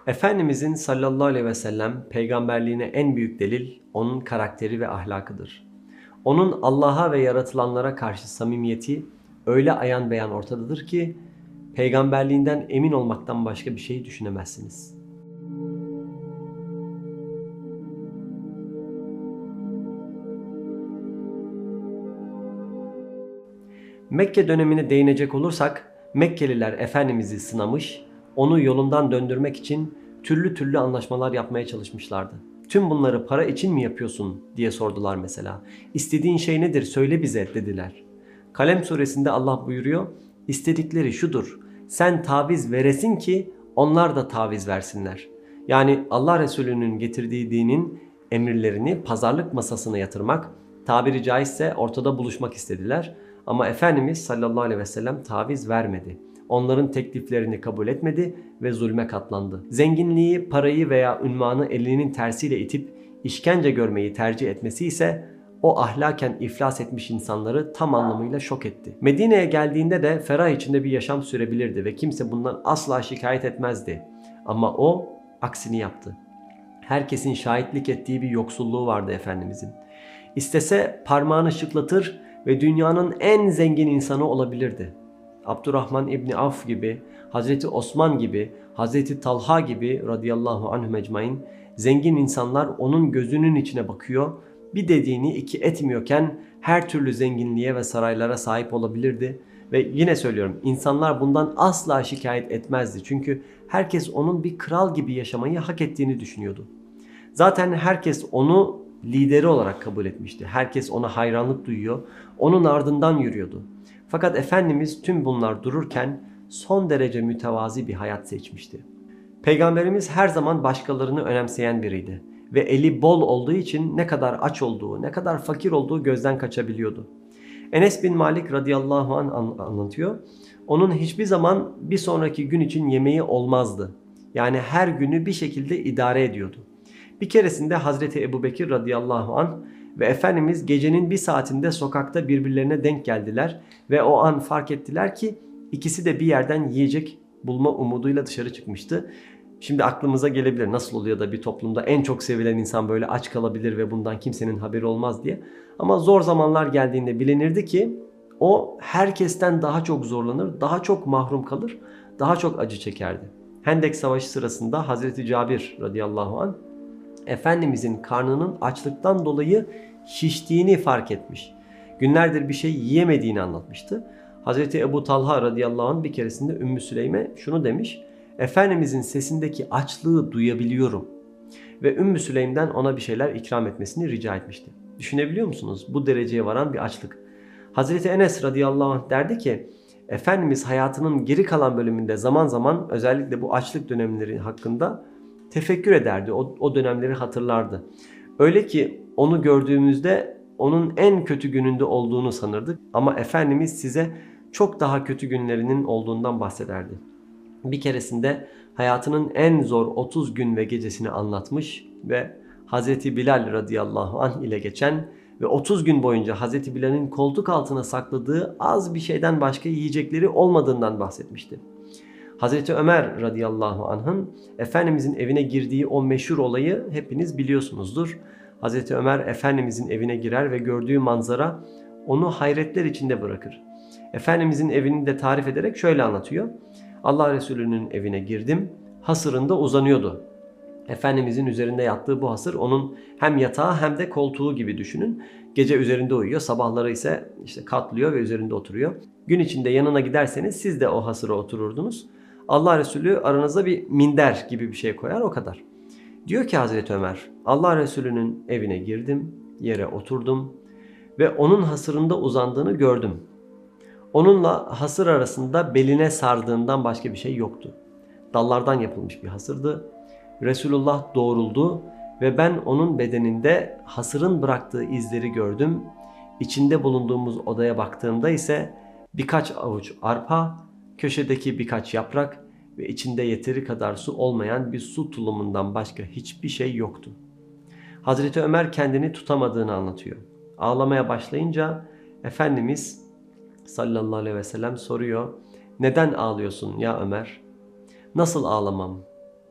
Efendimizin sallallahu aleyhi ve sellem peygamberliğine en büyük delil onun karakteri ve ahlakıdır. Onun Allah'a ve yaratılanlara karşı samimiyeti öyle ayan beyan ortadadır ki peygamberliğinden emin olmaktan başka bir şey düşünemezsiniz. Mekke dönemine değinecek olursak Mekkeliler Efendimiz'i sınamış, onu yolundan döndürmek için türlü türlü anlaşmalar yapmaya çalışmışlardı. Tüm bunları para için mi yapıyorsun diye sordular mesela. İstediğin şey nedir söyle bize dediler. Kalem suresinde Allah buyuruyor, istedikleri şudur, sen taviz veresin ki onlar da taviz versinler. Yani Allah Resulü'nün getirdiği dinin emirlerini pazarlık masasına yatırmak, tabiri caizse ortada buluşmak istediler. Ama Efendimiz sallallahu aleyhi ve sellem taviz vermedi. Onların tekliflerini kabul etmedi ve zulme katlandı. Zenginliği, parayı veya ünvanı elinin tersiyle itip işkence görmeyi tercih etmesi ise o ahlaken iflas etmiş insanları tam anlamıyla şok etti. Medine'ye geldiğinde de ferah içinde bir yaşam sürebilirdi ve kimse bundan asla şikayet etmezdi. Ama o aksini yaptı. Herkesin şahitlik ettiği bir yoksulluğu vardı Efendimizin. İstese parmağını şıklatır ve dünyanın en zengin insanı olabilirdi. Abdurrahman İbni Avf gibi, Hazreti Osman gibi, Hazreti Talha gibi radıyallahu anhum ecmain zengin insanlar onun gözünün içine bakıyor, bir dediğini iki etmiyorken her türlü zenginliğe ve saraylara sahip olabilirdi. Ve yine söylüyorum, insanlar bundan asla şikayet etmezdi. Çünkü herkes onun bir kral gibi yaşamayı hak ettiğini düşünüyordu. Zaten herkes onu lideri olarak kabul etmişti. Herkes ona hayranlık duyuyor, onun ardından yürüyordu. Fakat Efendimiz tüm bunlar dururken son derece mütevazi bir hayat seçmişti. Peygamberimiz her zaman başkalarını önemseyen biriydi ve eli bol olduğu için ne kadar aç olduğu, ne kadar fakir olduğu gözden kaçabiliyordu. Enes bin Malik radıyallahu anh anlatıyor. Onun hiçbir zaman bir sonraki gün için yemeği olmazdı. Yani her günü bir şekilde idare ediyordu. Bir keresinde Hazreti Ebubekir radıyallahu anh ve Efendimiz gecenin bir saatinde sokakta birbirlerine denk geldiler ve o an fark ettiler ki ikisi de bir yerden yiyecek bulma umuduyla dışarı çıkmıştı. Şimdi aklımıza gelebilir, nasıl oluyor da bir toplumda en çok sevilen insan böyle aç kalabilir ve bundan kimsenin haberi olmaz diye. Ama zor zamanlar geldiğinde bilinirdi ki o herkesten daha çok zorlanır, daha çok mahrum kalır, daha çok acı çekerdi. Hendek Savaşı sırasında Hazreti Cabir radıyallahu anh Efendimizin karnının açlıktan dolayı şiştiğini fark etmiş. Günlerdir bir şey yiyemediğini anlatmıştı. Hazreti Ebu Talha radıyallahu anh bir keresinde Ümmü Süleym'e şunu demiş: Efendimizin sesindeki açlığı duyabiliyorum. Ve Ümmü Süleym'den ona bir şeyler ikram etmesini rica etmişti. Düşünebiliyor musunuz? Bu dereceye varan bir açlık. Hazreti Enes radıyallahu anh derdi ki, Efendimiz hayatının geri kalan bölümünde zaman zaman özellikle bu açlık dönemleri hakkında tefekkür ederdi. O dönemleri hatırlardı. Öyle ki onu gördüğümüzde onun en kötü gününde olduğunu sanırdık. Ama Efendimiz size çok daha kötü günlerinin olduğundan bahsederdi. Bir keresinde hayatının en zor 30 gün ve gecesini anlatmış ve Hazreti Bilal radıyallahu anh ile geçen ve 30 gün boyunca Hazreti Bilal'in koltuk altına sakladığı az bir şeyden başka yiyecekleri olmadığından bahsetmişti. Hazreti Ömer radıyallahu anh'ın Efendimizin evine girdiği o meşhur olayı hepiniz biliyorsunuzdur. Hazreti Ömer Efendimizin evine girer ve gördüğü manzara onu hayretler içinde bırakır. Efendimizin evini de tarif ederek şöyle anlatıyor. Allah Resulü'nün evine girdim, hasırında uzanıyordu. Efendimizin üzerinde yattığı bu hasır onun hem yatağı hem de koltuğu gibi düşünün. Gece üzerinde uyuyor, sabahları ise işte katlıyor ve üzerinde oturuyor. Gün içinde yanına giderseniz siz de o hasıra otururdunuz. Allah Resulü aranıza bir minder gibi bir şey koyar, o kadar. Diyor ki Hazreti Ömer, Allah Resulü'nün evine girdim, yere oturdum ve onun hasırında uzandığını gördüm. Onunla hasır arasında beline sardığından başka bir şey yoktu. Dallardan yapılmış bir hasırdı. Resulullah doğruldu ve ben onun bedeninde hasırın bıraktığı izleri gördüm. İçinde bulunduğumuz odaya baktığımda ise birkaç avuç arpa, köşedeki birkaç yaprak ve içinde yeteri kadar su olmayan bir su tulumundan başka hiçbir şey yoktu. Hazreti Ömer kendini tutamadığını anlatıyor. Ağlamaya başlayınca Efendimiz sallallahu aleyhi ve sellem soruyor. Neden ağlıyorsun ya Ömer? Nasıl ağlamam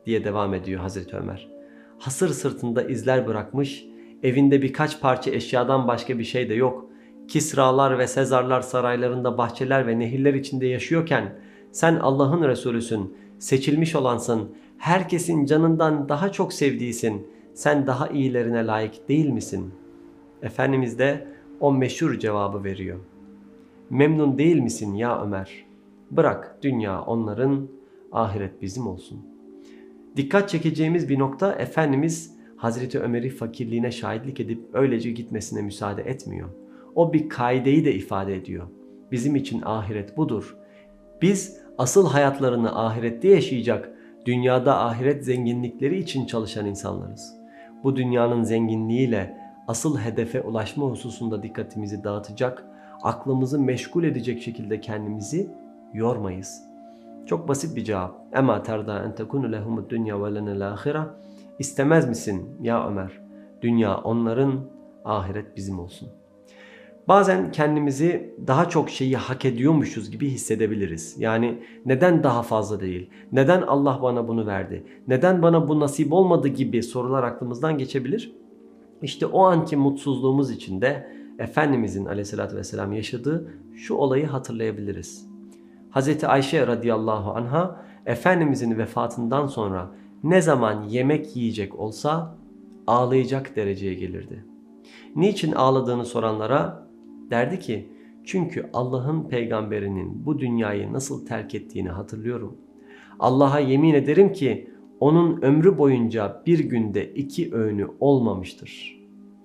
diye devam ediyor Hazreti Ömer. Hasır sırtında izler bırakmış, evinde birkaç parça eşyadan başka bir şey de yok. Kisralar ve Sezarlar saraylarında bahçeler ve nehirler içinde yaşıyorken sen Allah'ın Resulüsün, seçilmiş olansın, herkesin canından daha çok sevdiğisin, sen daha iyilerine layık değil misin? Efendimiz de o meşhur cevabı veriyor. Memnun değil misin ya Ömer? Bırak dünya onların, ahiret bizim olsun. Dikkat çekeceğimiz bir nokta, Efendimiz Hazreti Ömer'i fakirliğine şahitlik edip öylece gitmesine müsaade etmiyor. O bir kaideyi de ifade ediyor. Bizim için ahiret budur. Biz asıl hayatlarını ahirette yaşayacak, dünyada ahiret zenginlikleri için çalışan insanlarız. Bu dünyanın zenginliğiyle asıl hedefe ulaşma hususunda dikkatimizi dağıtacak, aklımızı meşgul edecek şekilde kendimizi yormayız. Çok basit bir cevap. Ema terda en tekunu lehumud dunya ve lenel ahire. İstemez misin ya Ömer? Dünya onların, ahiret bizim olsun. Bazen kendimizi daha çok şeyi hak ediyormuşuz gibi hissedebiliriz. Yani neden daha fazla değil? Neden Allah bana bunu verdi? Neden bana bu nasip olmadı gibi sorular aklımızdan geçebilir. İşte o anki mutsuzluğumuz içinde Efendimizin aleyhissalatü vesselam yaşadığı şu olayı hatırlayabiliriz. Hazreti Ayşe radıyallahu anha Efendimizin vefatından sonra ne zaman yemek yiyecek olsa ağlayacak dereceye gelirdi. Niçin ağladığını soranlara derdi ki, çünkü Allah'ın peygamberinin bu dünyayı nasıl terk ettiğini hatırlıyorum. Allah'a yemin ederim ki onun ömrü boyunca bir günde 2 öğünü olmamıştır.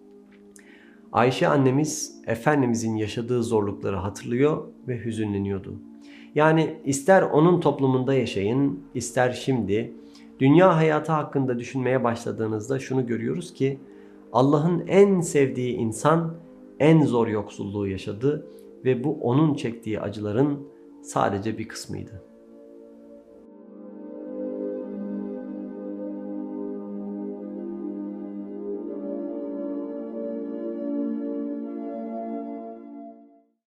Ayşe annemiz Efendimizin yaşadığı zorlukları hatırlıyor ve hüzünleniyordu. Yani ister onun toplumunda yaşayın, ister şimdi dünya hayatı hakkında düşünmeye başladığınızda şunu görüyoruz ki Allah'ın en sevdiği insan en zor yoksulluğu yaşadı ve bu onun çektiği acıların sadece bir kısmıydı.